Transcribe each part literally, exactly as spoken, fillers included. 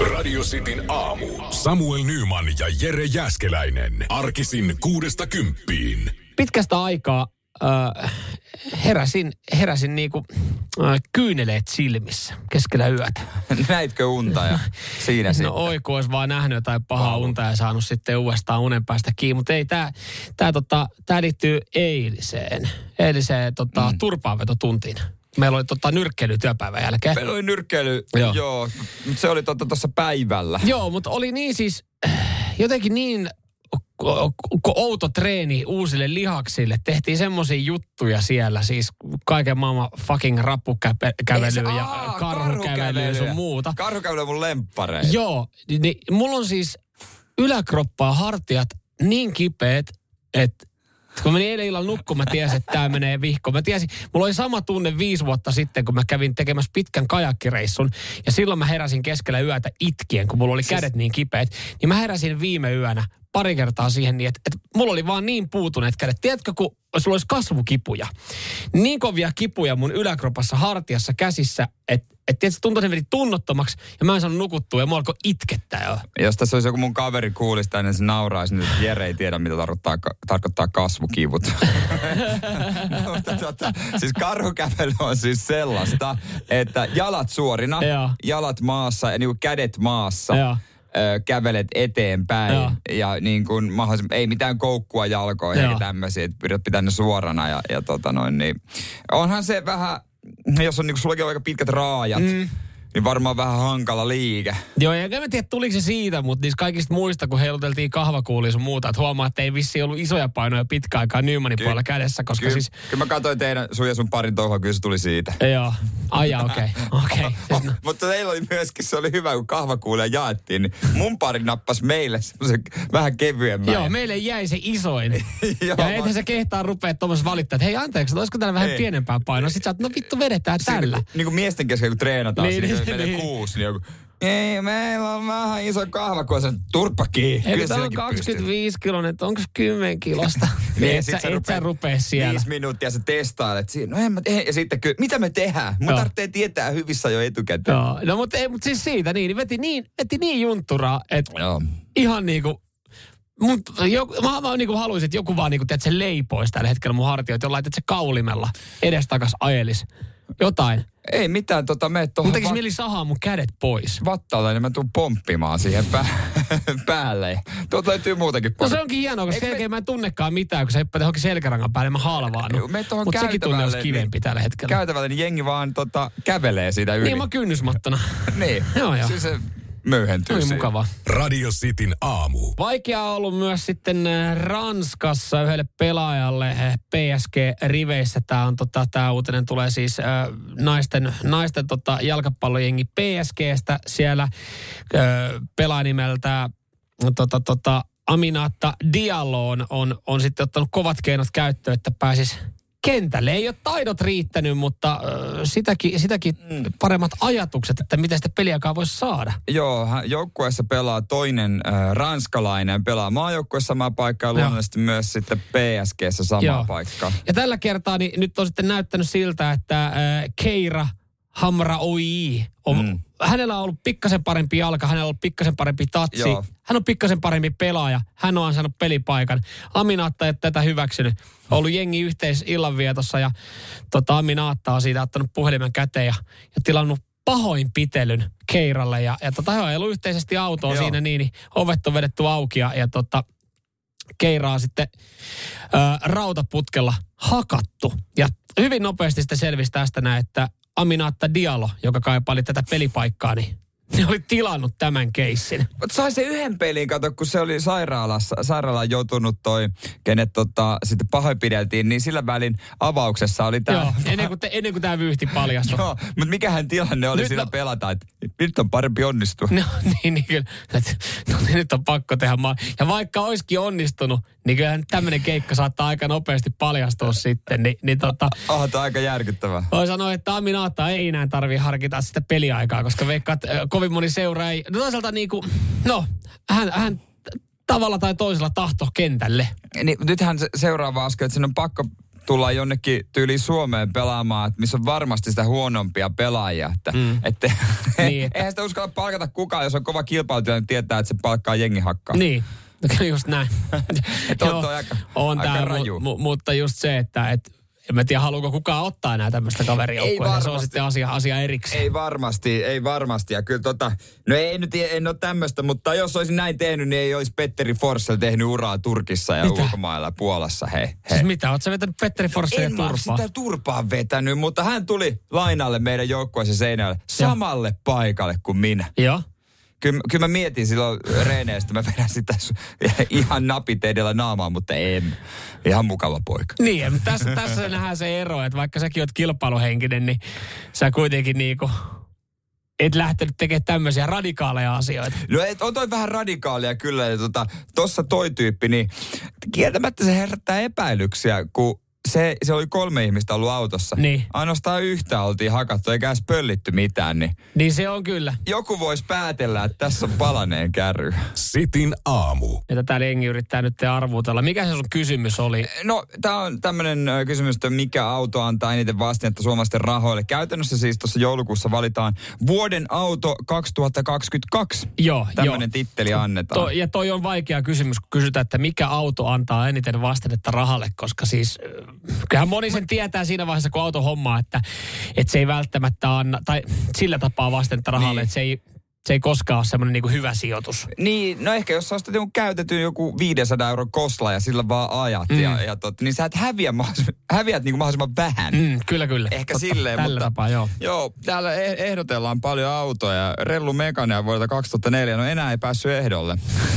Radio Cityn aamu. Samuel Nyman ja Jere Jääskeläinen. Arkisin kuudesta kymppiin. Pitkästä aikaa äh, heräsin, heräsin niinku äh, kyyneleet silmissä keskellä yötä. Näitkö unta ja siinä no, sitten? No oi, kun olisi vaan nähnyt jotain pahaa Wow. unta ja saanut sitten uudestaan unen päästä kiinni. Mutta ei, tämä tää, tota, tää liittyy eiliseen, eiliseen tota, mm. turpaanvetotuntiin. Meillä oli tota, nyrkkeily työpäivän jälkeen. Meillä oli nyrkkeily, joo, joo mutta se oli tuossa tota, päivällä. Joo, mutta oli niin siis, jotenkin niin outo treeni uusille lihaksille. Tehtiin semmoisia juttuja siellä, siis kaiken maailman fucking rappukävelyä ja karhukävelyä ja sun muuta. Karhukävely on mun lemppareita. Joo, niin mulla on siis yläkroppa ja hartiat niin kipeät, että kun menin eilen illalla nukkumaan, mä tiesin, että tää menee vihkoon. Mä tiesin, mulla oli sama tunne viisi vuotta sitten, kun mä kävin tekemässä pitkän kajakkireissun. Ja silloin mä heräsin keskellä yötä itkien, kun mulla oli kädet siis niin kipeät. Niin mä heräsin viime yönä pari kertaa siihen niin, että, että mulla oli vaan niin puutuneet kädet. Tiedätkö, kun sulla olisi kasvukipuja. Niin kovia kipuja mun yläkropassa, hartiassa, käsissä, että et, tiedätkö, tuntui, että ne veti tunnottomaksi. Ja mä en saanut nukuttua ja mä alkoi itkettää jo. Jos tässä olisi joku mun kaveri kuulista ennen se nauraisi, niin Jere ei tiedä, mitä tarkoittaa, tarkoittaa kasvukivut. no, mutta, tota, siis karhukävely on siis sellaista, että jalat suorina, ja. jalat maassa ja niin kuin kädet maassa. Ja. Kävelet eteenpäin ja, ja niin kuin mahdollisimman, ei mitään koukkua jalkoihin eikä tämmöisiä, että pyydät pitää ne suorana ja, ja tota noin niin. Onhan se vähän, jos on niin kuin sullakin on aika pitkät raajat, mm. niin varmaan vähän hankala liike. Joo, ja en mä tiedä, tuliko se siitä, mutta niistä kaikista muista, kun heiluteltiin kahvakuulia sun muuta, että huomaa, että ei vissiin ollut isoja painoja pitkään aikaa Nymanin Ky- puolella kädessä, koska ky- siis... Kyllä mä katsoin teidän, sun ja sun parin touhua, kyllä se tuli siitä. Joo, aja, okei, okay. okei. Okay. Siis no. Mutta teillä oli myöskin, se oli hyvä, kun kahvakuulia jaettiin, niin mun pari nappasi meille semmoisen vähän kevyemmän. Joo, meille jäi se isoin. ja ethän mä... se kehtaa rupea tuommoista valittaa, että hei anteeksi, olisiko täällä vähän ei. pienempää painoa? Sitten sä oot, no vittu vedetään tällä. Niin, niin kuin miesten kesken, kun treenataan, niin, siinä niin, menee niin. kuusi, niin joku... Ei, meillä on vähän iso kahvakuosa. Turppa kiinni. Ei, täällä on kaksikymmentäviisi kiloinen, että onko kymmenen kilosta? niin, et sä, et rupea, sä rupea siellä. Viisi minuuttia sä testailet siinä. No en mä tee. Ja sitten kyllä, mitä me tehdään? Mun tarvitsee tietää hyvissä jo etukäteen. Joo, no mutta mut siis siitä niin, niin veti niin, veti niin juntturaa, että ihan niinku... Mut, joku, mä, mä niinku haluaisin, että joku vaan niinku, teet se leipoisi tällä hetkellä mun hartioita, jollain, että se kaulimella edestakas ajelis. Jotain. Ei mitään, tota, me tuohon... Mun tekisi va- mieli sahaa mun kädet pois. Vattalle, niin mä tuun pomppimaan siihen pää- päälle. Tuolta löytyy muutakin paljon. No se onkin hienoa, koska sen me... mä en tunnekaan mitään, kun sä hyppäät johonkin selkärangan päälle, mä halvaan. Mutta sekin tunne olisi kivempi niin, tällä hetkellä. Käytävälle, niin jengi vaan tota, kävelee siitä yli. Niin, mä kynnysmattona. niin. joo, joo. Siis se möyhentyy siinä. Mukava. Radio Cityn aamu. Vaikeaa ollut myös sitten Ranskassa yhdelle pelaajalle P S G-riveissä. Tämä on tota, tämä uutinen tulee siis äh, naisten, naisten tota, jalkapallojengi P S G:stä. Siellä äh, pelaaja nimeltä tota, tota, Aminata Diallo on, on, on sitten ottanut kovat keinot käyttöön, että pääsisi kentälle. Ei ole taidot riittänyt, mutta äh, sitäkin, sitäkin mm. paremmat ajatukset, että miten sitä peliaikaa voisi saada. Joo, joukkueessa pelaa toinen äh, ranskalainen, pelaa maajoukkueessa samaa paikkaa ja luonnollisesti myös sitten P S G:ssä samaa Joo. paikkaa. Ja tällä kertaa niin nyt on sitten näyttänyt siltä, että äh, Keira Hamraoui on, mm. hänellä on ollut pikkasen parempi jalka, hänellä on ollut pikkasen parempi tatsi. Joo. Hän on pikkasen parempi pelaaja. Hän on saanut pelipaikan. Aminatta ei tätä hyväksynyt. On ollut jengi yhteisillanvietossa ja tota, Aminatta on siitä ottanut puhelimen käteen ja, ja tilannut pahoinpitelyn Keiralle. Ja, ja tota, he on ollut yhteisesti autoa Joo. siinä niin, niin ovet on vedetty auki ja, ja tota, Keiraa sitten ää, rautaputkella hakattu. Ja hyvin nopeasti sitten selvisi tästä näin, että Aminata Diallo, joka kaipaili tätä pelipaikkaa, niin ne oli tilannut tämän keissin. Mutta sai se yhden pelin, kato, kun se oli sairaalassa, sairaalaan joutunut toi, kenet tota, sitten pahoinpideltiin, niin sillä välin avauksessa oli tämä. Joo, ennen kuin, te, ennen kuin tämä vyyhti paljastui. Joo, mutta mikähän tilanne oli nyt sillä no, pelata, että nyt on parempi onnistua. No niin, niin kyllä. No, nyt on pakko tehdä maa. Ja vaikka olisikin onnistunut, niin kyllähän tämmöinen keikka saattaa aika nopeasti paljastua sitten. Ni, niin tota... Ah, tämä on aika järkyttävää. Voi sanoa, että Aminata ei enää tarvitse harkita sitä peliaikaa, koska veikkaat, kovin moni seura ei... No toisaalta niinku, no, hän, hän tavalla tai toisella tahto kentälle. Niin, nythän se seuraava askel, että sen on pakko tullaan jonnekin tyyliin Suomeen pelaamaan, että missä on varmasti sitä huonompia pelaajia. Että, mm. että, niin, että eihän sitä uskalla palkata kukaan, jos on kova kilpailutilanne, niin tietää, että se palkkaa jengi hakkaa. Niin. Just näin. Joo, aika, on aika tää, raju. mu, mutta just se, että et, en mä tiedä, haluuko kukaan ottaa enää tämmöistä kaverijoukkoa. Se on sitten asia, asia erikseen. Ei varmasti, ei varmasti. Ja kyllä tota, no ei nyt, en ole tämmöistä, mutta jos olisin näin tehnyt, niin ei olisi Petteri Forssell tehnyt uraa Turkissa ja mitä? Ulkomailla Puolassa. Hei, hei. Siis mitä, ootko sä vetänyt Petteri Forssellia turpaa? En turpaa? sitä turpaa vetänyt, mutta hän tuli lainalle meidän joukkueeseen seinälle samalle ja paikalle kuin minä. Joo. Kyllä, kyllä mä mietin silloin reeneestä, mä vedän sitä ihan napit edellä naamaan, mutta en. Ihan mukava poika. Niin, mutta tässä, tässä nähdään se ero, että vaikka säkin oot kilpailuhenkinen, niin sä kuitenkin niinku et lähtenyt tekemään tämmöisiä radikaaleja asioita. No et, on toi vähän radikaalia kyllä. Ja tota, tossa toi tyyppi, niin kieltämättä se herättää epäilyksiä, kun Se, se oli kolme ihmistä ollut autossa. Niin. Ainoastaan yhtä oltiin hakattu, eikä edes pöllitty mitään. Niin, niin se on kyllä. Joku voisi päätellä, että tässä on palaneen kärry. Sitin aamu. Ja tätä jengi yrittää nyt arvutella. Mikä se sun kysymys oli? No, tää on tämmönen kysymys, että mikä auto antaa eniten vastinetta suomalaisten rahoille. Käytännössä siis tuossa joulukuussa valitaan vuoden auto kaksituhattakaksikymmentäkaksi. Joo, Tämmönen jo. titteli annetaan. To, ja toi on vaikea kysymys, kun kysytään, että mikä auto antaa eniten vastinetta rahalle, koska siis kyllähän moni sen tietää siinä vaiheessa, kun auto hommaa, että, että se ei välttämättä anna, tai sillä tapaa vastinetta rahalle, niin. Että se ei, se ei koskaan ole semmoinen niin kuin hyvä sijoitus. Niin, no ehkä jos sä ostat jonkun käytetyn joku viisisataa euron Kosla ja sillä vaan ajat, mm. ja, ja tot, niin sä et häviä, häviät niin kuin mahdollisimman vähän. Mm, kyllä, kyllä. Ehkä Totta, silleen, tällä mutta tapaa, joo. Joo, täällä ehdotellaan paljon autoja. Rellu Megane vuodelta kaksituhattaneljä, no enää ei päässyt ehdolle.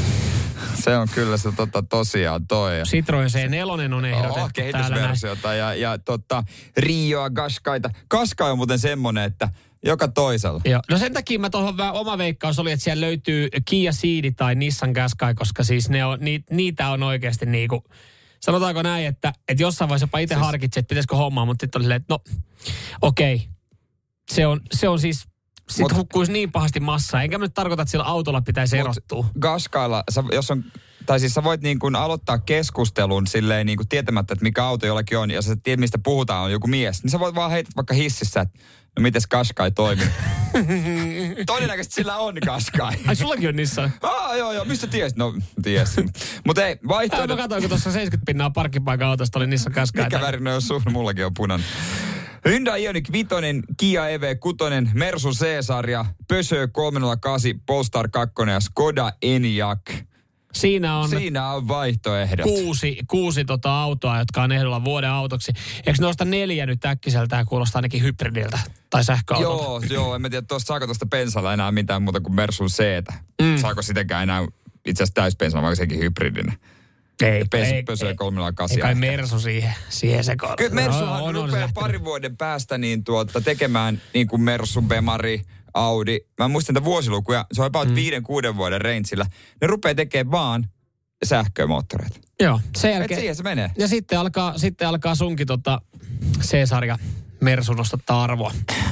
Se on kyllä se tota, tosiaan toi. Citroen C neljä on ehdotettu oh, kehitysversiota ja, ja tota, Rioa, Qashqaita. Qashqai on muuten semmonen, että joka toisella. Joo. No sen takia mä tuohon vähän oma veikkaus oli, että siellä löytyy Kia Ceed tai Nissan Qashqai, koska siis ne on, ni, niitä on oikeasti niinku, sanotaanko näin, että, että jossain vaiheessa jopa itse siis harkitsi, että pitäisikö hommaa, mutta sitten oli silleen, että no okei, okay. se, on, se on siis sitten hukkuisi niin pahasti massaa. Enkä mä nyt tarkoita, että sillä autolla pitäisi erottua. Qashqailla, jos on, tai siis sä voit niin kuin aloittaa keskustelun silleen niin kuin tietämättä, että mikä auto jollakin on, ja sä tiedät, mistä puhutaan, on joku mies, niin sä voit vaan heität vaikka hississä, että no mites Qashqai toimii. Todennäköisesti sillä on Qashqai. Ai sullakin on Nissan? Ah, joo, joo, mistä tiesit? No, tiesin. Mutta ei, vaihtoehdot. Mä katsoin, kun tuossa seitsemänkymmentä pinnaa parkkipaikan autosta oli Nissan Qashqai. Mikä värinen on sun? Mullakin on punainen. Hyundai Ioniq viisi, Kia E V kuusi, Mersu C-sarja, Peugeot kolmesataakahdeksan, Polestar kaksi ja Skoda Enyaq. Siinä on, Siinä on vaihtoehdot. Kuusi, kuusi tota autoa, jotka on ehdolla vuoden autoksi. Eikö noista neljä nyt äkkiseltään kuulostaa ainakin hybridiltä tai sähköautolta? Joo, joo, en mä tiedä, tuosta saako tuosta bensalla enää mitään muuta kuin Mersun C:tä. Mm. Saako sitäkään enää itse asiassa täyspensalla, vai sekin hybridinen? Ei, Pes, ei, Peugeot kolmesataakahdeksan. Ei kai Mersu siihen, siihen sekaan. Kyllä Mersuhan no, on, rupeaa parin vuoden päästä niin tuota, tekemään niin kuin Mersu, Bemari, Audi. Mä muistan tätä vuosilukuja, se on about mm. viiden, kuuden vuoden rangeillä. Ne rupeaa tekemään vaan sähkömoottoreita. Joo, sen jälkeen. Et siihen se menee. Ja sitten alkaa, sitten alkaa sunkin tota C-sarja Mersu nostattaa arvoa.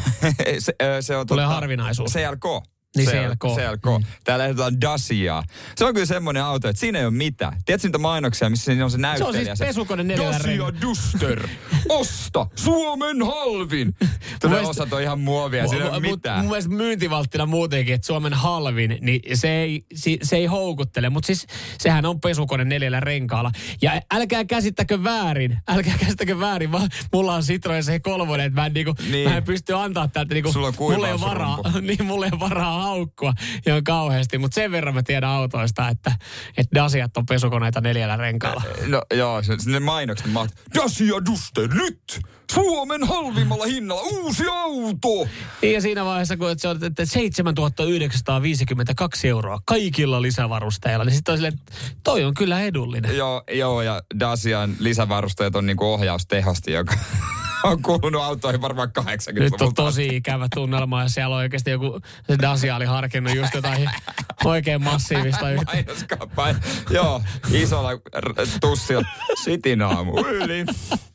se, se on tulee totta, harvinaisuus. C L K. Niin C L K. C L K. Mm. Täällä ehdotetaan Daciaa. Se on kyllä semmoinen auto, että siinä ei ole mitään. Tiedätkö niitä mainoksia, missä siinä on se näyttelijä? Se on siis pesukone neljällä Dacia Duster. Osta Suomen halvin. Tulee osat on ihan muovia, siinä ei ole mitään. Mun mielestä myyntivalttina muutenkin, että Suomen halvin, niin se ei, se ei houkuttele. Mutta siis sehän on pesukone neljällä renkaalla. Ja älkää käsittäkö väärin, älkää käsittäkö väärin, vaan mulla on Citroen C kolme, että mä en, niinku, niin. mä en pysty antaa täältä, niinku, mulla ei ole varaa, niin mulla ei ole varaa haukkua ihan kauheasti, mutta sen verran mä tiedän autoista, että, että Daciat on pesukoneita neljällä renkaalla. No joo, ne mainokset, mä oon, Dacia Duster nyt! Suomen halvimmalla hinnalla uusi auto! Ja siinä vaiheessa, kun se on seitsemäntuhatta yhdeksänsataaviisikymmentäkaksi euroa kaikilla lisävarusteilla, niin sitten on silleen, toi on kyllä edullinen. Joo, joo ja Dacian lisävarusteet on niinku ohjaustehosti, joka on kuulunut autoihin varmaan kahdeksankymmentäluvulta. Nyt on tosi ikävä tunnelma ja siellä on oikeasti joku, se Dacia oli harkinnut just jotain oikein massiivista yhtä. Mainoskampaa. Joo, isolla tussilla. Sitin aamu. Yli.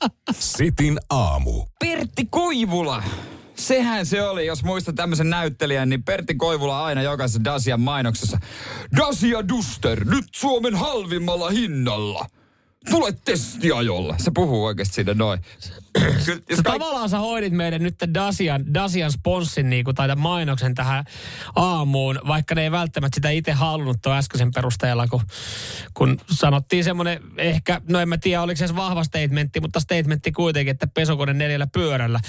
Sitin aamu. Pertti Koivula. Sehän se oli, jos muistat tämmöisen näyttelijän, niin Pertti Koivula aina jokaisessa Dacian mainoksessa. Dacia Duster, nyt Suomen halvimmalla hinnalla. tule testiajolle. Se puhuu oikeasti siitä noin. Kyllä, kaik... Tavallaan sä hoidit meidän nyt Dacian, Dacian sponssin niin kuin, tai mainoksen tähän aamuun, vaikka ne ei välttämättä sitä itse halunnut tuon äskeisen perusteella, kun, kun sanottiin semmoinen ehkä, no en mä tiedä oliko se edes vahva statementti, mutta statementti kuitenkin, että pesukone neljällä pyörällä.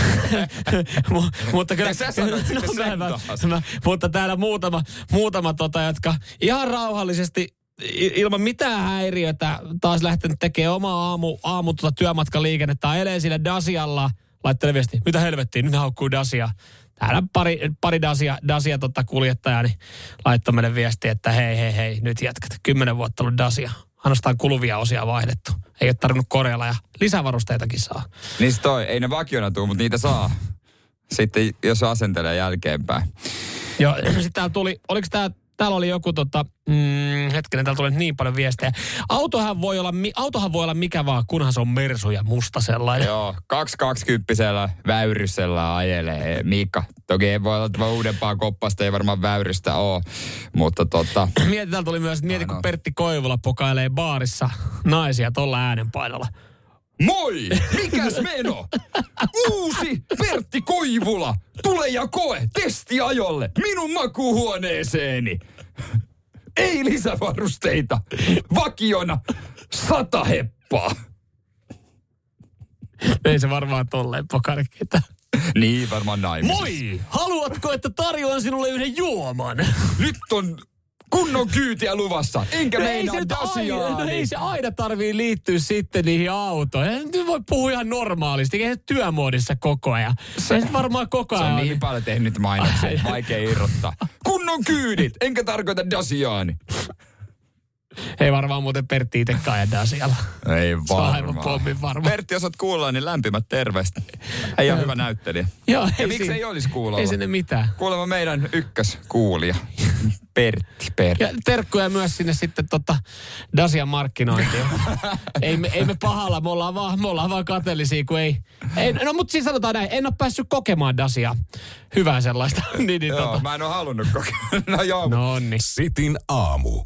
mutta kyllä, sä sanoit no, sen mä, mä, mutta täällä muutama, muutama tota, jotka ihan rauhallisesti ilman mitään häiriötä taas lähtenyt tekemään omaa aamu, aamu tuota työmatkaliikennettä. Elee sillä Dacialla. Laittelee viestiä, mitä helvettiä, nyt ne haukkuu Dacia. Täällä pari, pari Dacia, Dacia tota kuljettajaa niin laittoi meille viestiä, että hei, hei, hei, nyt jatkat. Kymmenen vuotta ollut Dacia. Ainoastaan kuluvia osia vaihdettu. Ei ole tarvinnut korjalla ja lisävarusteitakin saa. Niin se toi, ei ne vakiona tuu, mutta niitä saa. Sitten jos asentelee jälkeenpäin. Joo, sitten täällä tuli, oliko tää... Täällä oli joku tota, mm, hetkinen, täällä tuli niin paljon viestejä. Autohan voi olla, autohan voi olla mikä vaan, kunhan se on Mersu ja musta sellainen. Joo, kaksi kaksikymppisellä väyrysellä ajelee Miikka. Toki ei voi olla uudempaa koppasta, ei varmaan väyrystä ole, mutta tota... Mieti, täällä tuli myös, mieti kun Pertti Koivula pokailee baarissa naisia tolla äänenpainolla. Moi! Mikäs meno? Uusi Pertti Koivula! Tule ja koe testiajolle minun makuuhuoneeseeni. Ei lisävarusteita. Vakiona sata heppaa. Ei se varmaan tolleen pokaile ketään. Niin, varmaan naimisissa. Moi! Haluatko, että tarjoan sinulle yhden juoman? Nyt on... kunnon kyytiä luvassa, enkä no meinaa Daciaani. No ei se aina tarvii liittyä sitten niihin autoihin. Nyt voi puhua ihan normaalisti, eikä se työmuodissa koko ajan. Se, ei se varmaan koko ajan. Se on niin paljon tehnyt mainoksia, vaikea irrottaa. Kunnon kyydit, enkä tarkoita Daciaani. Ei varmaan muuten Pertti itsekään aja Dacialla. Ei varmaan. Se on aivan pommin varma. Pertti, jos oot kuulla, niin lämpimät terveistä. Ei ole hyvä näyttelijä. Joo, ja miksi ei olisi kuulolla? Ei sinne mitään. Kuulemma meidän ykköskuulija. Pertti, Pertti. Ja terkkuja myös sinne sitten tota Dacian markkinointiin. ei, me, ei me pahalla, me ollaan vaan, me ollaan vaan kateellisia, kun ei, ei... No mutta siis sanotaan näin, en ole päässyt kokemaan Daciaa. Hyvää sellaista. niin, niin, joo, tota. mä en ole halunnut kokea. No joo. No niin. Sitin aamu.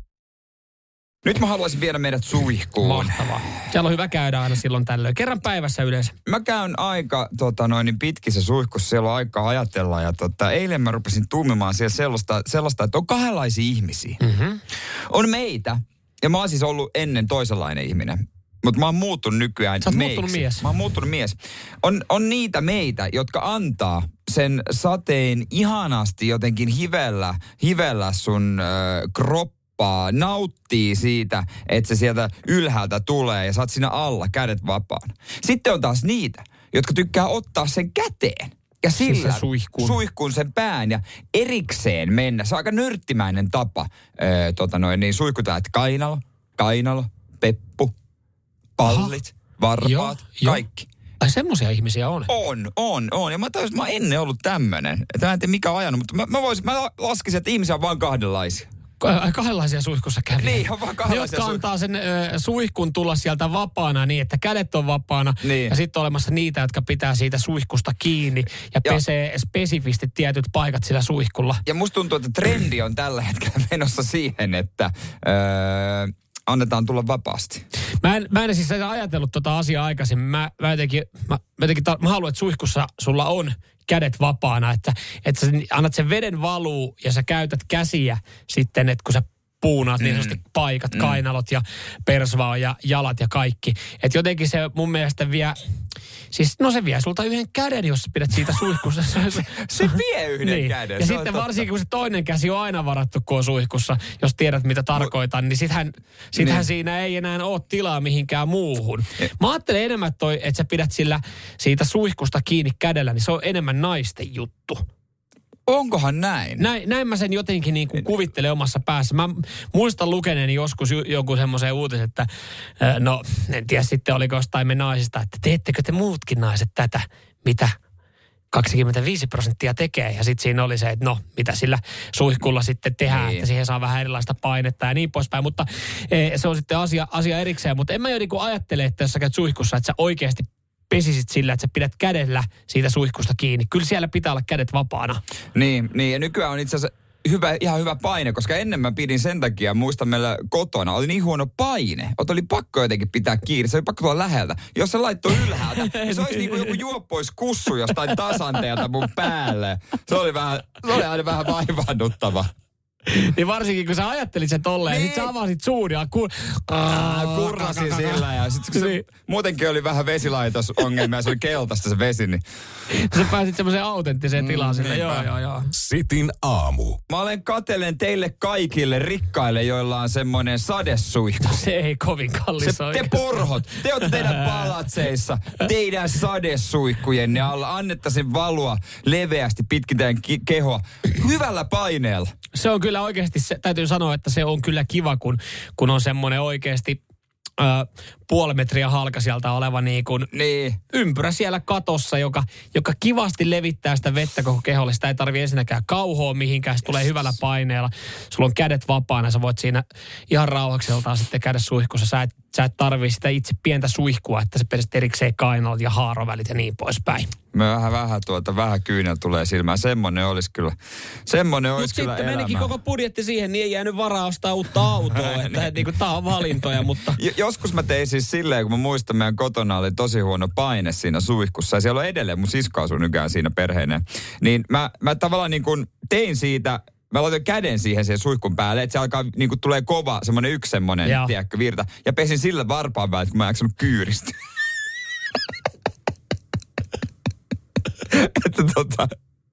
Nyt mä haluaisin viedä meidät suihkuun. Mahtavaa. Siellä on hyvä käydä aina silloin tällöin. Kerran päivässä yleensä. Mä käyn aika tota, noin, niin pitkissä suihkussa, siellä on aikaa ajatella. Ja tota, eilen mä rupesin tummimaan siellä sellaista, sellaista, että on kahdenlaisia ihmisiä. Mm-hmm. On meitä, ja mä oon siis ollut ennen toisenlainen ihminen. Mutta mä oon muuttunut nykyään Sä oot meiksi. muuttunut mies. Mä oon muuttunut mies. On, on niitä meitä, jotka antaa sen sateen ihanasti jotenkin hivellä, hivellä sun äh, kroppaa. Nauttii siitä, että se sieltä ylhäältä tulee ja sä oot siinä alla, kädet vapaana. Sitten on taas niitä, jotka tykkää ottaa sen käteen ja sillä siis suihkuun. suihkuun sen pään ja erikseen mennä. Se on aika nörttimäinen tapa öö, tota noin, niin suihkutaan, että kainalo, kainalo, peppu, pallit, aha, varpaat, jo, kaikki. Jo. Ai semmoisia ihmisiä on? On, on, on. Ja mä tajusin, että mä oon ennen ollut tämmönen. Että mä en tiedä mikä on ajanut, mutta mä, mä, voisin, mä laskisin, että ihmisiä on vaan kahdenlaisia. Kahdenlaisia suihkussa käviä. Niin, on vaan kahdenlaisia. Ne, jotka antaa sen ö, suihkun tulla sieltä vapaana niin, että kädet on vapaana. Niin. Ja sitten on olemassa niitä, jotka pitää siitä suihkusta kiinni ja, ja pesee spesifisti tietyt paikat sillä suihkulla. Ja musta tuntuu, että trendi on tällä hetkellä menossa siihen, että öö, annetaan tulla vapaasti. Mä en, mä en siis ajatellut tota asiaa aikaisemmin. Mä, mä jotenkin, mä, mä, jotenkin ta, mä haluan, että suihkussa sulla on kädet vapaana, että, että sä annat sen veden valuu ja sä käytät käsiä sitten, että kun sä puunaat mm. niin sanotusti paikat, mm. kainalot ja persvaa ja jalat ja kaikki. Että jotenkin se mun mielestä vie, siis no se vie sulta yhden käden, jos sä pidät siitä suihkussa. se, se vie yhden niin. käden. Ja sitten varsinkin, kun se toinen käsi on aina varattu, kun on suihkussa, jos tiedät mitä tarkoitan, niin sittenhän, sittenhän niin. siinä ei enää ole tilaa mihinkään muuhun. Ja. Mä ajattelen enemmän, että, toi, että sä pidät sillä siitä suihkusta kiinni kädellä, niin se on enemmän naisten juttu. Onkohan näin? Näin, näin mä sen jotenkin niin kuin kuvittelen omassa päässä. Mä muistan lukeneeni joskus joku semmoisen uutisen, että no en tiedä sitten oliko jostain me naisista, että teettekö te muutkin naiset tätä, mitä kaksikymmentäviisi prosenttia tekee. Ja sitten siinä oli se, että no mitä sillä suihkulla sitten tehdään, niin. että siihen saa vähän erilaista painetta ja niin poispäin. Mutta e, se on sitten asia, asia erikseen. Mutta en mä jo niin kuin ajattele, että jos sä käyt suihkussa, että sä oikeasti pesisit sillä, että sä pidät kädellä siitä suihkusta kiinni. Kyllä siellä pitää olla kädet vapaana. Niin, niin ja nykyään on itse asiassa hyvä, ihan hyvä paine, koska ennen mä pidin sen takia, muistan meillä kotona, oli niin huono paine, että oli pakko jotenkin pitää kiinni, se oli pakko tulla läheltä. Jos se laittoi ylhäältä, niin se olisi niin kuin joku juoppois kussu jostain tasanteelta mun päälle. Se oli vähän, se oli aina vähän vaivaannuttava. Niin varsinkin, kun sä ajattelit sen tolleen, niin. ja sit sä avasit suun ja kur... Aa, kurrasin sillä ja sit kun se niin. muutenkin oli vähän vesilaitosongelmia ja se oli keltaista se vesi, niin... Sä pääsit semmoiseen autenttiseen tilaan mm, sille, joo, joo, joo. Sitin aamu. Mä olen katellen teille kaikille rikkaille, joilla on semmoinen sadesuihku. Se ei kovin kallis se, te porhot, te olette teidän palatseissa, teidän sadesuihkujenne alla. Annettaisiin valua leveästi pitkin teidän ki- kehoa hyvällä paineella. Se on kyllä oikeasti, se, täytyy sanoa, että se on kyllä kiva, kun, kun on semmoinen oikeasti ö, puoli metriä halka sieltä oleva niin kuin niin. ympyrä siellä katossa, joka, joka kivasti levittää sitä vettä koko keholle. Sitä ei tarvitse ensinnäkään kauhoa mihinkään, se tulee hyvällä paineella. Sulla on kädet vapaana, sä voit siinä ihan rauhakseltaan sitten käydä suihkussa. Sä et, sä et tarvitse sitä itse pientä suihkua, että se perästi erikseen kainalat ja haarovälit ja niin poispäin. Me vähän, vähän tuota, vähän kyynel tulee silmään. Semmoinen olisi kyllä, semmoinen olisi Mut kyllä sitten elämä. menikin koko budjetti siihen, niin ei jäänyt varaa ostaa uutta autoa. että et, niinku, tää on valintoja, mutta... J- joskus mä tein siis silleen, kun mä muistan, meidän kotona oli tosi huono paine siinä suihkussa. Ja siellä on edelleen mun sisko asuu nykyään siinä perheineen. Niin mä, mä tavallaan niin kuin tein siitä... Mä laitan käden siihen sen suihkun päälle, että se alkaa, niin kuin tulee kova, semmoinen yksi semmoinen, tiedätkö, virta. Ja pesin sillä varpaan väliin, kun mä en jaksanut kyyristä. että tota...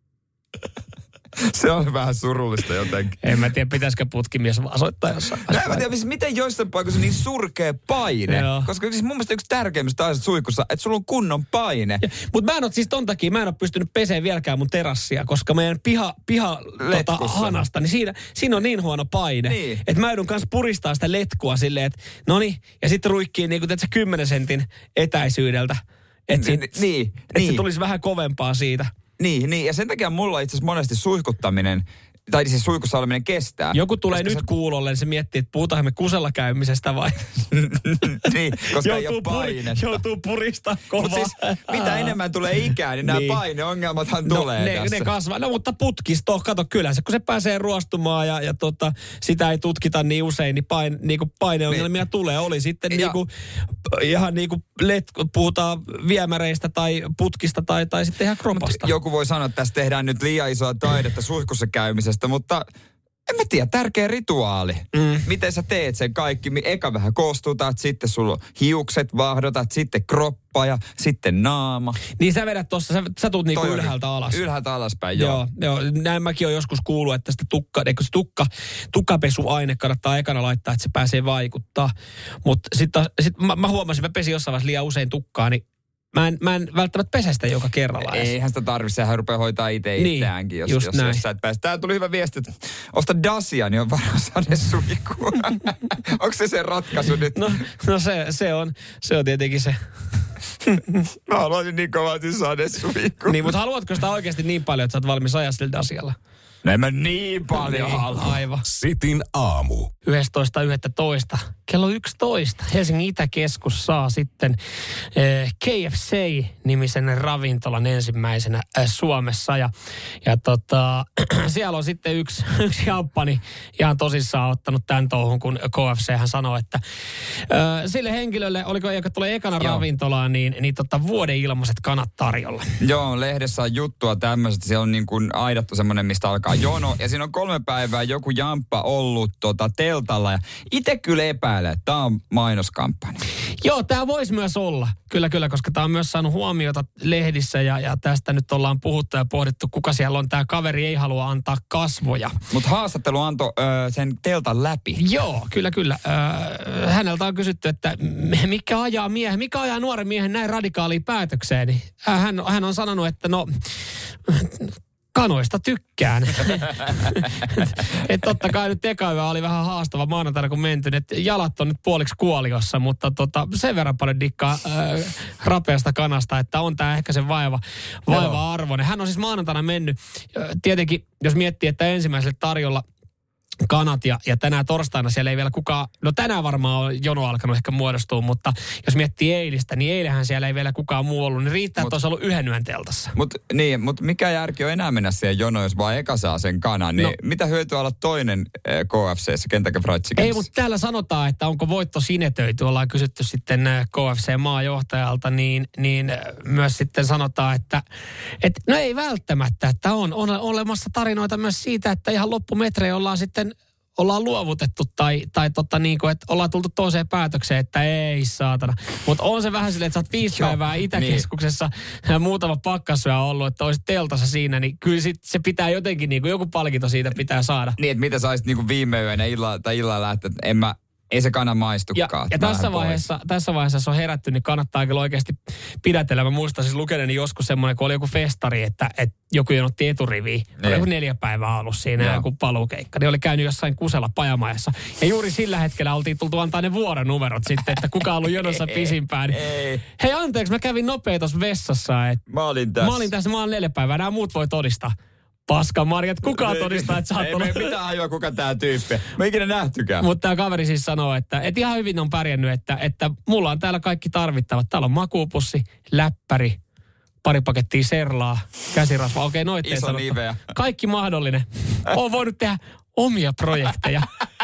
Se on vähän surullista jotenkin. En mä tiedä, pitäisikö putkimies vaan soittaa jossain. No, en mä tiedä, miten joissain paikoissa on niin surkea paine. Joo. Koska siis mun mielestä yksi tärkeimmistä asioista suihkussa, että sulla on kunnon paine. Mutta mä en ole siis ton takia, mä en ole pystynyt peseen vieläkään mun terassia, koska meidän piha, piha tota, hanasta, niin siinä, siinä on niin huono paine. Niin. Että mä joudun kanssa puristaa sitä letkua silleen, että noni, ja sitten ruikkii niin kuin teet sä kymmenen sentin etäisyydeltä. Että Ni, niin, et niin. se tulisi vähän kovempaa siitä. Niin, niin, ja sen takia mulla itse asiassa monesti suihkuttaminen, tai siis suihkussa oleminen kestää. Joku tulee nyt se... kuulolle, niin se miettii, että puhutaanko me kusella käymisestä vai? niin, koska joutuu ei ole painetta. Puri, joutuu purista kovaa. Mutta siis mitä enemmän tulee ikää, niin nämä niin. paineongelmathan no, tulee ne, tässä. Ne kasvaa. No mutta putkisto, kato kyllä se, kun se pääsee ruostumaan ja, ja tota, sitä ei tutkita niin usein, niin, pain, niin kuin paineongelmia niin. tulee. Oli sitten niin kuin, ihan niin kuin let, puhutaan viemäreistä tai putkista tai, tai sitten ihan kropasta. Mut joku voi sanoa, että tässä tehdään nyt liian isoa taidetta suihkussa käymisestä, mutta en mä tiedä, tärkeä rituaali. Mm. Miten sä teet sen kaikki? Eka vähän koostutat, sitten sulla on hiukset vahdotat, sitten kroppa ja sitten naama. Niin sä vedät tossa, sä, sä tuut niinku ylhäältä alas. Ylhäältä alaspäin, joo. Joo, joo. Näin mäkin olen joskus kuullut, että sitä tukka, eikö se tukka, tukkapesuaine kannattaa ekana laittaa, että se pääsee vaikuttaa. Mutta sitten sit mä, mä huomasin, että mä pesin jossain vaiheessa liian usein tukkaa, niin Mä en, mä en välttämättä pesä sitä joka kerralla. Eihän sitä tarvitse, sehän rupeaa hoitaa itse niin, itseäänkin, jos, jos, jos sä et pääse. Täällä tuli hyvä viesti, että osta Dacia, niin on varaa sadesuihkua. Onko se se ratkaisu nyt? No, no se, se, on, se on tietenkin se. Mä haluaisin niin kovasti sadesuihkua. Niin, mutta haluatko sitä oikeasti niin paljon, että sä oot valmis ajaa sillä Dacialla? No en mä niin paljon niin, halua. Aivan. Sitin aamu. yhdestoista yhdestoista kello yksitoista Helsingin Itäkeskus saa sitten eh, K F C-nimisen ravintolan ensimmäisenä eh, Suomessa. Ja, ja tota, siellä on sitten yksi, yksi jamppani ihan tosissaan ottanut tämän touhun, kun K F C hän sanoi, että eh, sille henkilölle, oliko joka tulee ekana Joo. ravintolaan, niin, niin tota, vuoden ilmaiset kanat tarjolla. Joo, lehdessä on juttua tämmöisestä. Siellä on niin kuin aidattu semmoinen, mistä alkaa jono. Ja siinä on kolme päivää joku jamppa ollut tota, teltalla. Ja itse kyllä epäilen, että tämä on mainoskampanja. Joo, tämä voisi myös olla. Kyllä, kyllä, koska tämä on myös saanut huomiota lehdissä ja, ja tästä nyt ollaan puhuttu ja pohdittu, kuka siellä on. Tämä kaveri ei halua antaa kasvoja. Mutta haastattelu antoi ö, sen teltan läpi. Joo, kyllä, kyllä. Ö, häneltä on kysytty, että mikä ajaa miehen, mikä ajaa nuoren miehen näin radikaaliin päätökseen. Niin hän, hän on sanonut, että no... Kanoista tykkään. Että totta kai nyt eka yö oli vähän haastava maanantaina, kun menty. Että jalat on nyt puoliksi kuoliossa, mutta tota, sen verran paljon dikkaa äh, rapeasta kanasta, että on tää ehkä sen vaiva, vaiva-arvoinen. Hän on siis maanantaina mennyt. Tietenkin, jos miettii, että ensimmäiselle tarjolla kanat ja, ja tänään torstaina siellä ei vielä kukaan, no tänään varmaan on jono alkanut ehkä muodostua, mutta jos miettii eilistä, niin eilähän siellä ei vielä kukaan muu ollut, niin riittää, mut, että olisi ollut yhden yön teltassa. Mutta niin, mut mikä järki on enää mennä siihen jonoon, jos vaan eka saa sen kanan, niin no, mitä hyötyä olla toinen äh, K F C:ssä, Kentucky Fried Chickenissa? Ei, mutta täällä sanotaan, että onko voitto sinetöity, ollaan kysytty sitten K F C-maajohtajalta, niin, niin myös sitten sanotaan, että et, no ei välttämättä, että on, on olemassa tarinoita myös siitä, että ihan loppumetrejä ollaan sitten ollaan luovutettu tai, tai totta niin kuin, että ollaan tultu toiseen päätökseen, että ei saatana. Mutta on se vähän silleen, että sä oot viisi päivää Itäkeskuksessa niin. ja muutama pakkasyö ollut, että olisit teltassa siinä, niin kyllä sit se pitää jotenkin, niin kuin joku palkinto siitä pitää saada. Niin, että mitä sä olisit niin kuin viime yönä illalla tai illalla lähteä, että en mä, ei se kana maistukaan. Ja, ja tässä, vaiheessa, tässä vaiheessa se on herätty, niin kannattaa kyllä oikeasti pidätellä. Mä muistan siis lukeneeni joskus semmoinen, kun oli joku festari, että, että joku jonotti eturiviin. Oli joku neljä päivää ollut siinä ja joku paluukeikka. Niin oli käynyt jossain Kusella pajamaessa. Ja juuri sillä hetkellä oltiin tultu antaa ne vuoronumerot sitten, että kuka on ollut jonossa pisimpään. Niin, hei anteeksi, mä kävin nopea tuossa vessassa. Et mä olin tässä. Mä olin tässä, mä olen neljä päivää. Nämä muut voi todistaa. Paska Marjat, kukaan todistaa, että sä oot ollut... Ei me mitään ajoa, kuka tää tyyppi. Mä ikinä nähtykään. Mutta tää kaveri siis sanoo, että et ihan hyvin on pärjännyt, että, että mulla on täällä kaikki tarvittavat. Täällä on makuupussi, läppäri, pari pakettia serlaa, käsirasva. Okei, noit ei sanottu. Niveä. Kaikki mahdollinen. Oon voinut tehdä omia projekteja.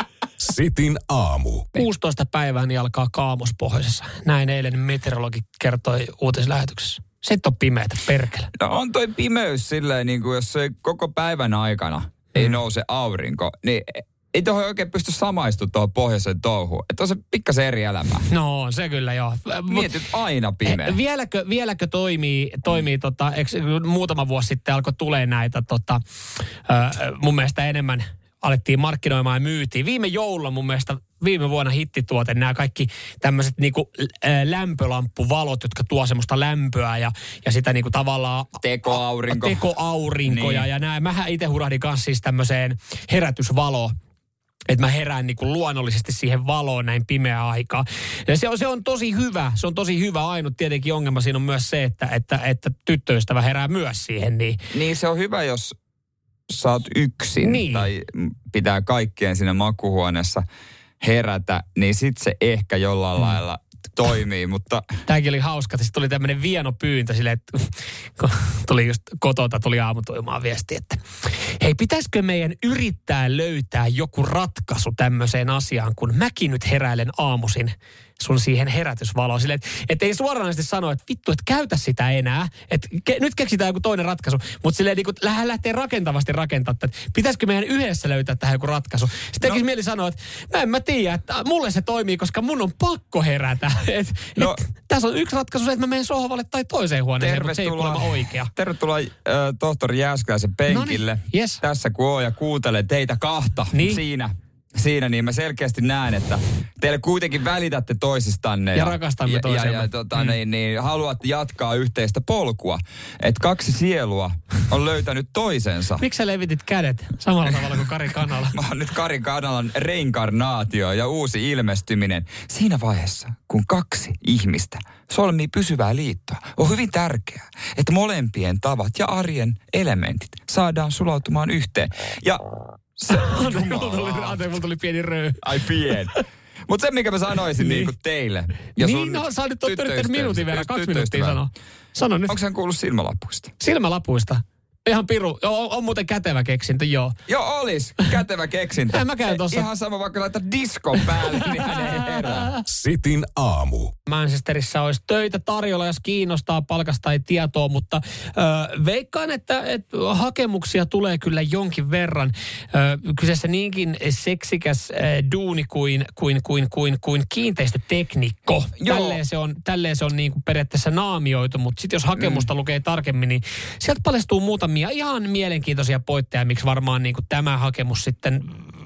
Sitin aamu. kuusitoista päivää niin alkaa kaamos pohjoisessa. Näin eilen meteorologi kertoi uutislähetyksessä. Se on pimeätä, perkele. No on toi pimeys silleen, niin kuin jos se koko päivän aikana mm. ei nouse aurinko, niin ei tuohon oikein pysty samaistumaan tuohon pohjoisen touhuun. Että on se pikkasen eri elämää. No on se kyllä joo. Mietit aina pimeä. Vieläkö, vieläkö toimii, toimii mm. tota, muutama vuosi sitten alkoi tulee näitä tota, äh, mun mielestä enemmän alettiin markkinoimaan ja myytiin. Viime joululla mun mielestä viime vuonna hittituote, nämä kaikki tämmöiset niinku lämpölamppuvalot, jotka tuo semmoista lämpöä ja, ja sitä niinku tavallaan... Tekoaurinko. Tekoaurinkoja niin. Ja nämä. Mähän itse hurahdin kanssa siis tämmöiseen herätysvaloon. Että mä herään niinku luonnollisesti siihen valoon näin pimeää aikaa. Ja se on, se on tosi hyvä. Se on tosi hyvä. Ainut tietenkin ongelma siinä on myös se, että, että, että tyttöystävä herää myös siihen. Niin, niin se on hyvä, jos sä oot yksin niin. Tai pitää kaikkien siinä makuhuoneessa herätä, niin sit se ehkä jollain mm. lailla toimii, mutta... Tämäkin oli hauska, että tuli tämmöinen vieno pyyntö silleen, että kun tuli just kotota, tuli aamutoimaan viesti, että hei, pitäisikö meidän yrittää löytää joku ratkaisu tämmöiseen asiaan, kun mäkin nyt heräilen aamuisin sun siihen herätysvaloon. Silleen, että et ei suoranaisesti sano, että vittu, että käytä sitä enää. Että ke, nyt keksitään joku toinen ratkaisu. Mutta silleen niin kuin lähde lähtee rakentavasti rakentaa, että pitäisikö meidän yhdessä löytää tähän joku ratkaisu. Sitten tekisi no. mieli sanoa, että no en mä tiedä, että mulle se toimii, koska mun on pakko herätä. Et, no. et, tässä on yksi ratkaisu se, että mä menen sohvalle tai toiseen huoneeseen, mutta se ei kuulemma oikea. Tervetuloa äh, tohtori Jääskeläisen penkille. Noniin, yes. Tässä kun on ja kuuntelen teitä kahta niin. siinä. Siinä niin mä selkeästi näen, että teille kuitenkin välitätte toisistanne. Ja, ja rakastamme toisiamme. Ja, ja tota, mm. niin, niin, haluatte jatkaa yhteistä polkua. Että kaksi sielua on löytänyt toisensa. Miksi sä levitit kädet samalla tavalla kuin Kari Kanala? Mä oon nyt Kari Kanalan reinkarnaatio ja uusi ilmestyminen. Siinä vaiheessa, kun kaksi ihmistä solmii pysyvää liittoa, on hyvin tärkeää, että molempien tavat ja arjen elementit saadaan sulautumaan yhteen. Ja... Anteeksi, mulla tuli pieni röö. Ai pien. Mutta se, mikä mä sanoisin niin. Niin teille. Ja niin, no sä oot nyt yrittänyt minuutin vielä, kaksi minuuttia sanoa. Sano nyt. Onko hän kuullut silmälapuista? Silmälapuista? Ihan piru. On, on muuten kätevä keksintö, joo. Joo, olis. Kätevä keksintö. En mä käyn tossa. Ihan sama, vaikka laittaa diskon päälle, niin hän ei herää. Sitin aamu. Manchesterissa olisi töitä tarjolla, jos kiinnostaa palkasta tai tietoa, mutta ö, veikkaan, että, että hakemuksia tulee kyllä jonkin verran. Ö, kyseessä niinkin seksikäs ö, duuni kuin, kuin, kuin, kuin, kuin kiinteistöteknikko. Tälleen se on, tälleen se on niin kuin periaatteessa naamioitu, mutta sitten jos hakemusta mm. lukee tarkemmin, niin sieltä paljastuu muutamia ihan mielenkiintoisia pointteja, miksi varmaan niin kuin tämä hakemus sitten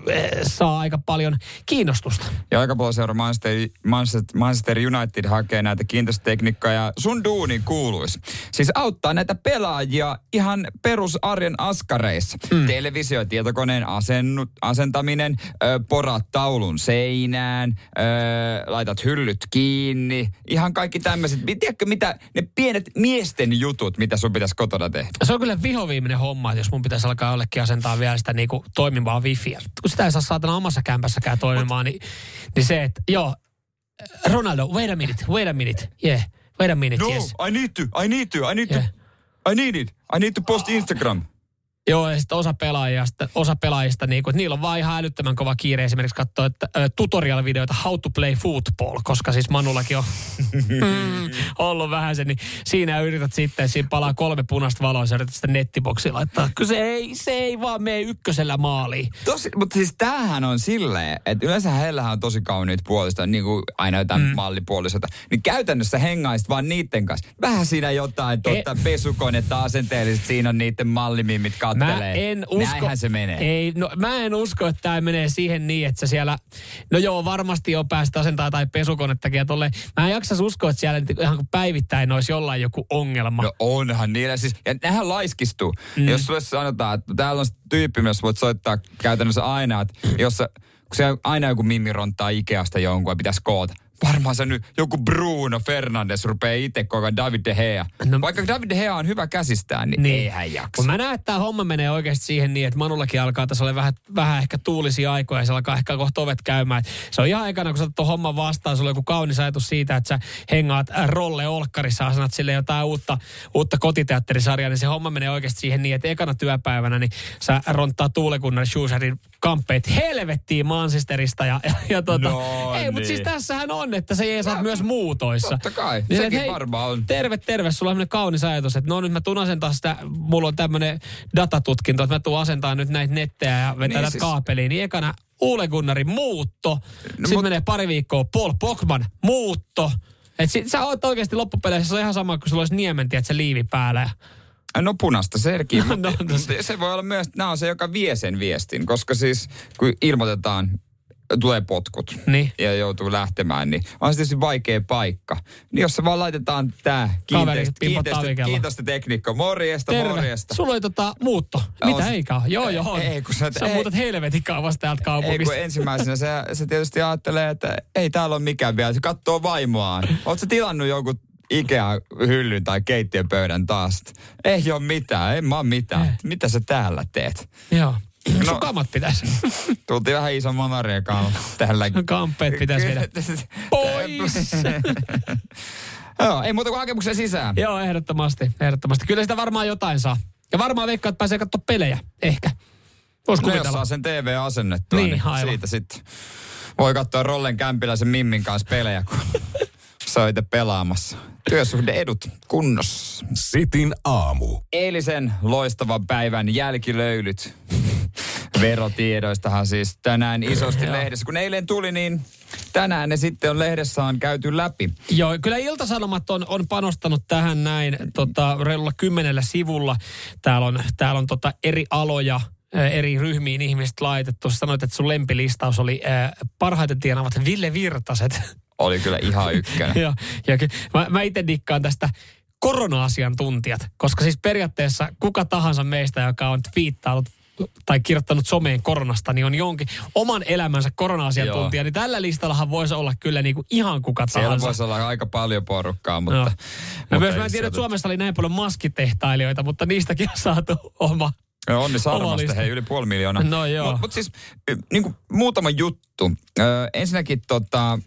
saa aika paljon kiinnostusta. Ja aika paljon seuraa Manchester, Manchester, Manchester United hakee näitä kiinteistötekniikkaa ja sun duuni kuuluisi. Siis auttaa näitä pelaajia ihan perusarjen askareissa. Mm. Televisio- ja tietokoneen asennut, asentaminen, ö, porat taulun seinään, ö, laitat hyllyt kiinni, ihan kaikki tämmöiset. Tiedätkö mitä, ne pienet miesten jutut, mitä sun pitäisi kotona tehdä? Se on kyllä vihoviimeinen homma, jos mun pitäisi alkaa jollekin asentaa vielä sitä niinku toimivaa wifiä. Kun sitä ei saa saatana omassa kämpässäkään toimimaan, niin, niin se, että joo, Ronaldo, wait a minute, wait a minute, yeah, wait a minute, no, yes. I need to, I need to, I need yeah. to, I need it, I need to post Instagram. Joo, ja sitten osa pelaajista, osa pelaajista niin kun, että niillä on vaan ihan älyttömän kova kiire esimerkiksi katsoa että, ä, tutorial-videoita how to play football, koska siis Manullakin on mm, ollut vähän se, niin siinä yrität sitten, siinä palaa kolme punaista valoa, ja yrität sitä nettiboksiin laittaa. Kyllä se ei, se ei vaan mene ykkösellä maaliin. Tosi, mutta siis tämähän on silleen, että yleensä heillähän on tosi kauniit puolista, niin kuin aina jotain mm. mallipuolisota, niin käytännössä hengaisit vaan niiden kanssa. Vähän siinä jotain totta, e- pesukonetta asenteelliset, siinä on niiden mallimimmit kattelee. Mä en usko, näinhän se menee. Ei, no, mä en usko, että tämä menee siihen niin, että sä siellä, no joo, varmasti jo pääsit asentaa tai pesukonettakin ja tolleen. Mä en jaksas uskoa, että siellä ihan kuin päivittäin olisi jollain joku ongelma. No onhan niillä siis, ja nehän laiskistuu. Mm. Jos sulle sanotaan, että täällä on tyyppi, jos voit soittaa käytännössä aina, että jos sä, kun se aina joku mimmi ronttaa Ikeasta jonkun ja pitäisi koota. Varmaan se nyt joku Bruno Fernandes rupeaa itse koko ajan David De Gea. No, vaikka David De Gea on hyvä käsistään, niin, niin. ei hän jaksa. Mä näen, että tämä homma menee oikeasti siihen niin, että Manullakin alkaa tässä olla vähän, vähän ehkä tuulisia aikoja ja se alkaa ehkä kohta ovet käymään. Se on ihan ekana, kun sä otat tuon homman vastaan, sulla on joku kaunis ajatus siitä, että sä hengaat Rolle Olkkarissa ja sanat sille jotain uutta, uutta kotiteatterisarjaa, niin se homma menee oikeasti siihen niin, että ekana työpäivänä niin sä ronttaa Tuulekunnan Schuserin kamppeet helvettiin Manchesterista ja, ja, ja tota, no, ei, niin. mutta siis tässähän on, että sä jeesaat myös muutoissa. Totta kai, niin, sekin hei, varmaan on. Terve, terve, sulla on sellainen kaunis ajatus, että no nyt mä tuun asentaa sitä, mulla on tämmönen datatutkinto, että mä tuun asentaa nyt näitä nettejä ja vetää niin, siis kaapeliin, niin ekana Ole Gunnarin muutto, no, sitten mut... menee pari viikkoa Paul Pogban muutto, että sit sä oot oikeasti loppupeleissä, se on ihan sama kuin sulla olisi Niemen, että se liivi päällä. No punasta serkiä, no, mutta no, no. se voi olla myös, että nämä on se, joka vie sen viestin, koska siis kun ilmoitetaan, tulee potkut niin. ja joutuu lähtemään, niin on se tietysti vaikea paikka. Niin jos se vaan laitetaan tää kiinteistö, kiinteistö, kiinteistötekniikko, morjesta, terve. morjesta. Sulla oli tota muutto. Mitä on, eikä Joo, joo. Ei, kun sä, sä ei, muutat helvetin kaavasta täältä kaupungista. Ei, kun ensimmäisenä se, se tietysti ajattelee, että ei täällä ole mikään vielä. Se katsoo vaimoaan. Ootko sä tilannut jonkun Ikea-hyllyn tai keittiöpöydän taas? Ei ole mitään, en mä ole mitään. Eh. Mitä sä täällä teet? Joo. No, sun kamat pitäisi. Tultiin vähän iso monarien kanssa tälläkin. Kamppeet pitäisi viedä pois. Joo, ei muuta kuin hakemuksen sisään. Joo, ehdottomasti, ehdottomasti. Kyllä sitä varmaan jotain saa. Ja varmaan veikkaa, että pääsee katsoa pelejä. Ehkä. Vois no, jos saa sen T V asennettua, niin, niin siitä sitten voi katsoa Rollen Kämpiläisen Mimmin kanssa pelejä, kun se on itse pelaamassa. Työsuhde-edut kunnossa. Sitin aamu. Eilisen loistavan päivän jälkilöylyt. Verotiedoistahan siis tänään isosti lehdessä. Kun eilen tuli, niin tänään ne sitten on lehdessä on käyty läpi. Joo, kyllä Ilta-Sanomat on, on panostanut tähän näin tota, reilulla kymmenellä sivulla. Täällä on, täällä on tota eri aloja, eri ryhmiin ihmiset laitettu. Sanoit, että sun lempilistaus oli äh, parhaiten tienaavat Ville Virtaset. Oli kyllä ihan ykkönen. Joo, ja mä, mä itse dikkaan tästä korona-asiantuntijat, koska siis periaatteessa kuka tahansa meistä, joka on twiittaillut tai kirjoittanut someen koronasta, niin on jonkin oman elämänsä korona-asiantuntija, Joo. niin tällä listallahan voisi olla kyllä niin kuin ihan kuka tahansa. Siellä voisi olla aika paljon porukkaa, mutta... No. mutta no myös mä en tiedä, että Suomessa oli näin paljon maskitehtailijoita, mutta niistäkin on saatu oma... No, Onni Sarmasta, hei, yli puoli miljoonaa. No joo. Mutta mut siis niin kuin muutama juttu. Ö, ensinnäkin tota,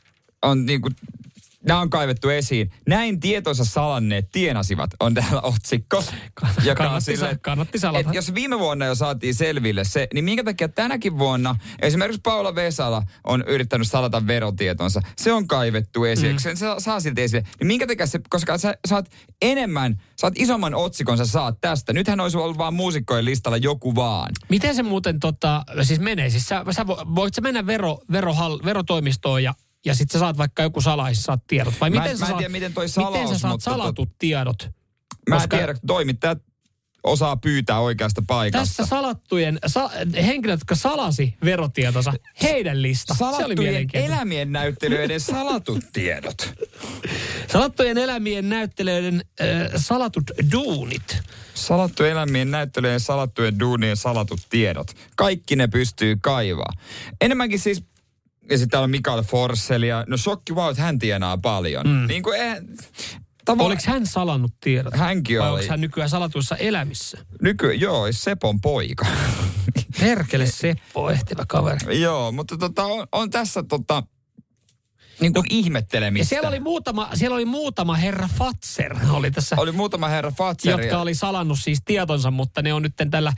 on niin kuin, nämä on kaivettu esiin. Näin tietonsa salanneet tienasivat on täällä otsikko. Kannatti, sille, kannatti salata. Jos viime vuonna jo saatiin selville se, niin minkä takia tänäkin vuonna esimerkiksi Paula Vesala on yrittänyt salata verotietonsa. Se on kaivettu esiin. Mm. Se saa silti esille. Niin minkä takia se, koska sä saat enemmän, saat isomman otsikon, sä saat tästä. Nythän olisi ollut vaan muusikkojen listalla joku vaan. Miten se muuten tota, siis menee? Siis sä, sä voit sä mennä vero, verohall, verotoimistoon ja Ja sit sä saat vaikka joku salais, saat tiedot. Vai miten, mä, sä, mä en saat, tiedä, miten, toi salaus, miten sä saat salatut tot... tiedot? Mä en Koska... tiedä, toimittajat osaa pyytää oikeasta paikasta. Tässä salattujen, sa, henkilöt, jotka salasi verotietonsa, heidän lista. Salattujen elämien näyttelijöiden salatut tiedot. Salattujen elämien näyttelijöiden äh, salatut duunit. Salattujen elämien näyttelijöiden salattujen duunien salatut tiedot. Kaikki ne pystyy kaivaa. Enemmänkin siis... Ja sitten täällä on Mikael Forssellia. No shokki wow, että hän tienaa paljon. Mm. Niin kuin eh, tavo- Oliko hän salannut tiedot? Hänkin vai oli. Vai onko hän nykyään salatuissa elämissä? Nyky, joo, Sepon poika. Perkele Seppo, ehtivä kaveri. Joo, mutta tota, on, on tässä tota, niin kuin no, ihmettelemistä. Ja siellä oli muutama, siellä oli muutama herra Fatser. Oli tässä. Oli muutama herra Fatser. Jotka oli salannut siis tietonsa, mutta ne on nyt tällä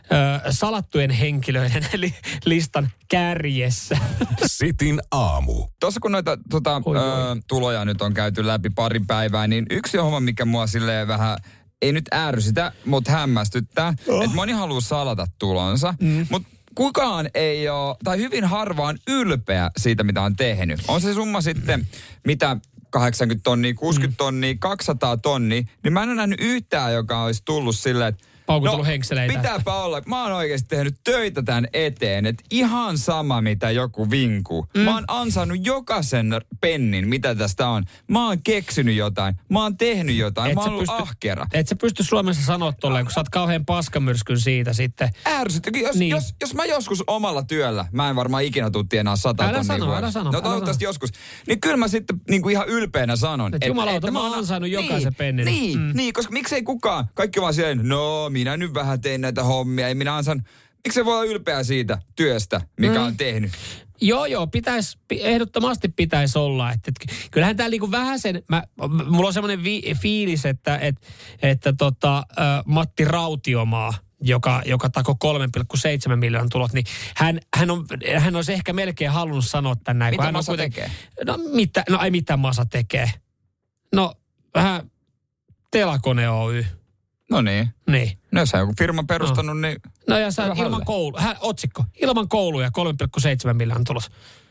ö, salattujen henkilöiden eli listan kärjessä. Sitin aamu. Tuossa kun noita tota, oi, ö, oi. tuloja nyt on käyty läpi pari päivää, niin yksi homma, mikä mua silleen vähän, ei nyt äärysitä, mutta hämmästyttää, oh. että moni haluaa salata tulonsa, mm. mutta kukaan ei ole, tai hyvin harvaan ylpeä siitä, mitä on tehnyt. On se summa sitten, mitä kahdeksankymmentä tonnia, kuusikymmentä tonnia, kaksisataa tonnia, niin mä en ole nähnyt yhtään, joka olisi tullut silleen, että paukutellut no, henkseleitä. Pitääpä olla. Mä oon oikeasti tehnyt töitä tämän eteen, että ihan sama mitä joku vinkuu. Mm. Mä oon ansainnut jokaisen pennin, mitä tästä on. Mä oon keksinyt jotain. Mä oon tehnyt jotain. Et mä oon ollut pysty, ahkera. Et sä pysty Suomessa sanoa tolleen, kun sä oot kauhean paskamyrskyn siitä sitten. Ärsyt. Jos, niin. jos, jos mä joskus omalla työllä, mä en varmaan ikinä tuu tienaa sata tonnia. Älä sano, älä sano. No toivottavasti joskus. Niin kyllä mä sitten niin kuin ihan ylpeänä sanon. Et jumalauta, mä oon ansainnut jokaisen niin, pennin. Niin, mm. niin, koska miksei kukaan. Kaikki vaan siihen, no minä nyt vähän tein näitä hommia. Ei minä ansan, miksi se voi olla ylpeä siitä työstä, mikä mm. on tehnyt? Joo, joo, pitäisi, ehdottomasti pitäisi olla. Että, että kyllähän täällä niinku vähän sen, mä, mulla on semmoinen vi, fiilis, että, että, että tota, äh, Matti Rautiomaa, joka, joka takoi kolme pilkku seitsemän miljoonan tulot, niin hän, hän, on, hän olisi ehkä melkein halunnut sanoa tämän näin. Mitä hän Masa kuiten, tekee? No, mitä, no ei mitään Masa tekee. No, vähän Telakone Oy. No niin. Niin. No jos hän joku firma perustanut, no. niin... No ja sä ilman koulu, hän, otsikko, ilman kouluja kolme pilkku seitsemän miljoonan tulos.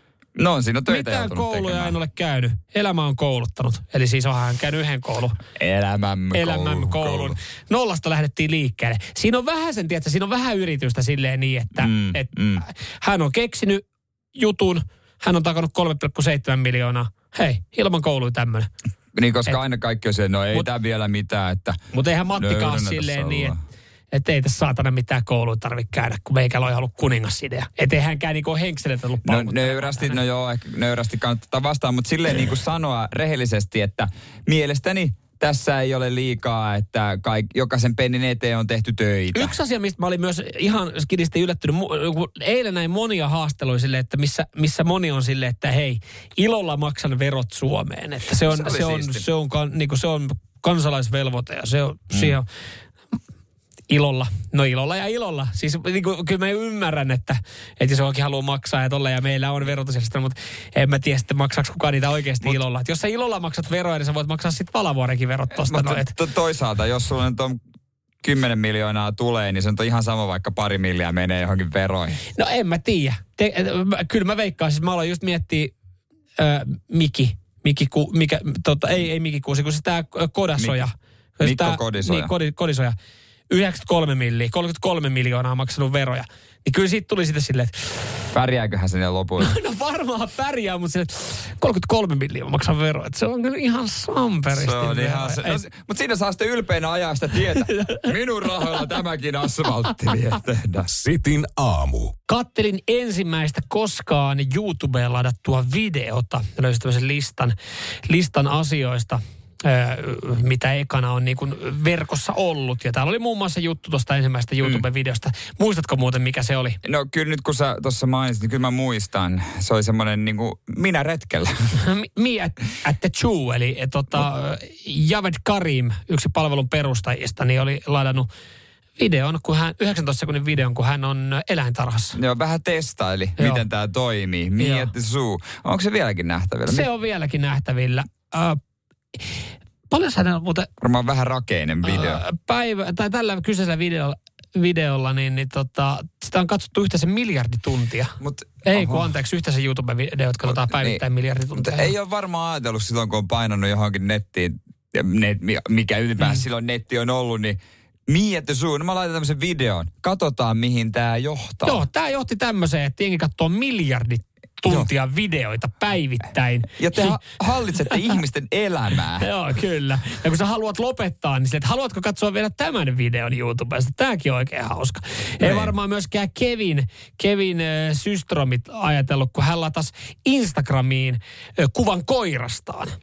No on siinä töitä mitään kouluja tekemään. En ole käynyt. Elämä on kouluttanut. Eli siis onhan hän käynyt yhden koulun. Elämämme, Elämämme koulun. koulun. Nollasta lähdettiin liikkeelle. Siinä on vähän sen, tiedätkö, siinä on vähän yritystä silleen niin, että mm, et, mm. hän on keksinyt jutun, hän on takannut kolme pilkku seitsemän miljoonaa. Hei, ilman kouluja tämmöinen. Niin, koska et, aina kaikki on se, no ei tää vielä mitään, että... Mutta eihän Mattikaan silleen niin, että et ei tässä saatana mitään koulua tarvitse käydä, kun meikällä on ollut kuningasidea. Että ei hänkään niinku henkseletä ollut no, nöyrästi, no joo, ehkä nöyrästi kannattaa vastaan, mutta silleen niin kuin sanoa rehellisesti, että mielestäni tässä ei ole liikaa, että kaik, jokaisen pennin eteen on tehty töitä. Yksi asia, mistä mä olin myös ihan skidisti yllättynyt, eilen näin monia haasteluja silleen, että missä, missä moni on silleen, että hei, ilolla maksan verot Suomeen. Että se on, se, se on, se on, niin kuin se on kansalaisvelvoite ja se on, mm. siihen on ilolla. No ilolla ja ilolla. Siis niin kuin, kyllä mä ymmärrän, että, että jos oikein haluaa maksaa ja tolle ja meillä on verotusjärjestelmä, mutta en mä tiedä sitten maksaako kukaan niitä oikeasti Mut, ilolla. Että jos sä ilolla maksat veroja, niin sä voit maksaa sitten Valavuorenkin verot tosta. No, to, toisaalta, jos sulla nyt on kymmenen miljoonaa tulee, niin se on ihan sama, vaikka pari miljoonaa menee johonkin veroihin. No en mä tiedä. Te, kyllä mä veikkaan, siis mä aloin just miettiä äh, Miki. Miki ku, mikä, tota, ei, ei Miki Kuusi, kun se tää Kodasoja. Mik, Mikko tää, Kodisoja. Niin, kodi, Kodisoja. yhdeksänkymmentäkolme milliä, kolmekymmentäkolme miljoonaa on maksanut veroja. Niin kyllä siitä tuli sitten silleen, että... Pärjääköhän se ne lopulla? No, no varmaan pärjää, mutta silleen, kolmekymmentäkolme miljoonaa maksaa veroja. Että se on kyllä ihan samperisti. Se on veroja. Ihan se. No, mutta siinä saa sitten ylpeänä ajaa sitä tietä. Minun rahoilla tämäkin asfaltti tehdä. Sitin aamu. Kattelin ensimmäistä koskaan YouTubeen ladattua videota. Löysin tämmöisen listan, listan asioista, mitä ekana on niin kuin verkossa ollut. Ja täällä oli muun muassa juttu tuosta ensimmäisestä YouTube-videosta. Mm. Muistatko muuten, mikä se oli? No kyllä nyt kun sä tuossa mainitsit, niin kyllä mä muistan. Se oli semmoinen niin kuin minä retkellä. Me at, at the Zoo, eli tota, Javed Karim, yksi palvelun perustajista, niin oli ladannut videon, kun hän, yhdeksäntoista sekunnin videon, kun hän on eläintarhassa. Joo, vähän testaili, Joo. miten tämä toimii. Me at the Zoo. Onko se vieläkin nähtävillä? Se on vieläkin nähtävillä. Uh, Paljon hänellä on muuten... Varmaan vähän rakeinen video. Ää, päivä, tai tällä kyseisellä videolla, videolla niin, niin tota, sitä on katsottu yhteensä miljardituntia. Mut, ei oho. kun anteeksi, yhteensä YouTube-videot katsotaan Mut, päivittäin niin, miljardituntia. Mutta ei ole varmaan ajatellut silloin, kun on painanut johonkin nettiin, net, mikä ylipäänsä mm. silloin netti on ollut, niin Me at the Zoo, no mä laitan tämmöisen videon. Katsotaan, mihin tää johtaa. Joo, tää johti tämmöiseen, että jengi katsoo miljardit tuntia Joo. videoita päivittäin. Ja te hallitsette ihmisten elämää. Joo, kyllä. Ja kun sä haluat lopettaa, niin sille, että haluatko katsoa vielä tämän videon YouTubesta? Tämäkin on oikein hauska. Ei, Ei varmaan myöskään Kevin, Kevin äh, Systromit ajatellut, kun hän latasi Instagramiin äh, kuvan koirastaan.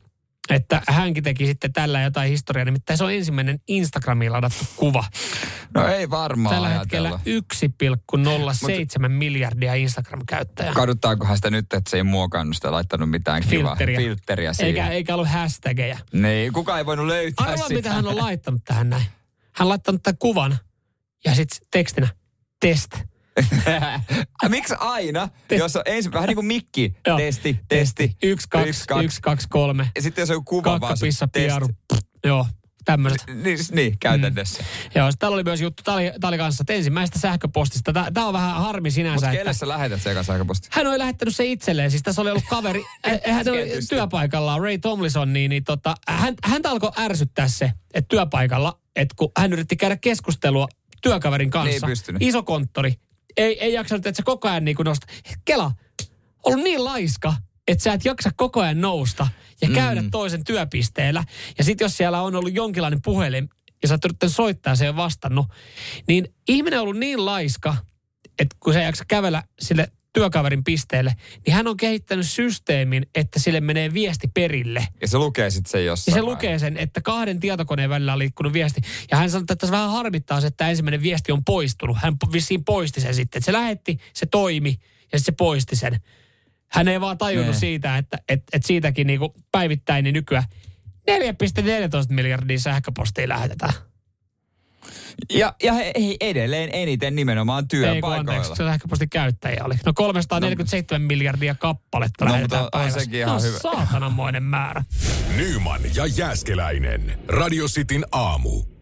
että hänkin teki sitten tällä jotain historiaa. Nimittäin se on ensimmäinen Instagramiin ladattu kuva. No ei varmaan tällä ajatella. hetkellä yksi pilkku nolla seitsemän Mut, miljardia Instagram-käyttäjää. Kaduttaakohan sitä nyt, että se ei muokannut sitä, laittanut mitään kivaa filtteriä, filtteriä siihen. Eikä, eikä ollut hashtageja. Niin, kukaan ei voinut löytää Arvaa, sitä. mitä hän on laittanut tähän näin. Hän on laittanut tämän kuvan ja sitten tekstinä test. Miksi aina, Te- jos on ensin vähän niin kuin mikki, Joo. testi, testi, yksi, kaksi, yksi, kaksi, kolme. Ja sitten jos on kuva Kakka, vaan se pissa, testi. piaru. Joo, tämmöiset. Niin, niin käytännössä. Mm. Joo, täällä oli myös juttu, tää oli, tää oli kanssa, että ensimmäisestä sähköpostista, tää, tää on vähän harmi sinänsä. Mutta että kelle sä lähetät se eka sähköposti? hän oli lähettänyt se itselleen, siis tässä oli ollut kaveri, hän oli työpaikallaan, Ray Tomlinson, niin, niin tota, hän, häntä alkoi ärsyttää se, että työpaikalla, että kun hän yritti käydä keskustelua työkaverin kanssa, niin iso konttori, ei, ei jaksanut, että se koko ajan niin kuin nostaa. Kela, ollut niin laiska, että sä et jaksa koko ajan nousta ja käydä mm. toisen työpisteellä. Ja sitten jos siellä on ollut jonkinlainen puhelin ja sä oot yrittänyt soittaa ja se ei ole vastannut, niin ihminen on ollut niin laiska, että kun se ei jaksa kävellä sille työkaverin pisteelle, niin hän on kehittänyt systeemin, että sille menee viesti perille. Ja se lukee sitten sen jossain. Ja se lukee sen, että kahden tietokoneen välillä on liikkunut viesti. Ja hän sanoi, että tässä vähän harmittaa se, että ensimmäinen viesti on poistunut. Hän vissiin poisti sen sitten. Että se lähetti, se toimi ja sitten se poisti sen. Hän ei vaan tajunnut ne. siitä, että et, et siitäkin niinku päivittäin niin nykyään neljä pilkku neljätoista miljardia sähköpostia lähetetään. Ja, ja hei, edelleen eniten nimenomaan työpaikoilla. Ei kun anteeksi, se sähköpostin käyttäjä oli. No kolmesataaneljäkymmentäseitsemän no, miljardia kappaletta no, lähetetään mutta on sekin ihan no, hyvä. Saatananmoinen määrä. Nyman ja Jääskeläinen. Radio Cityn aamu.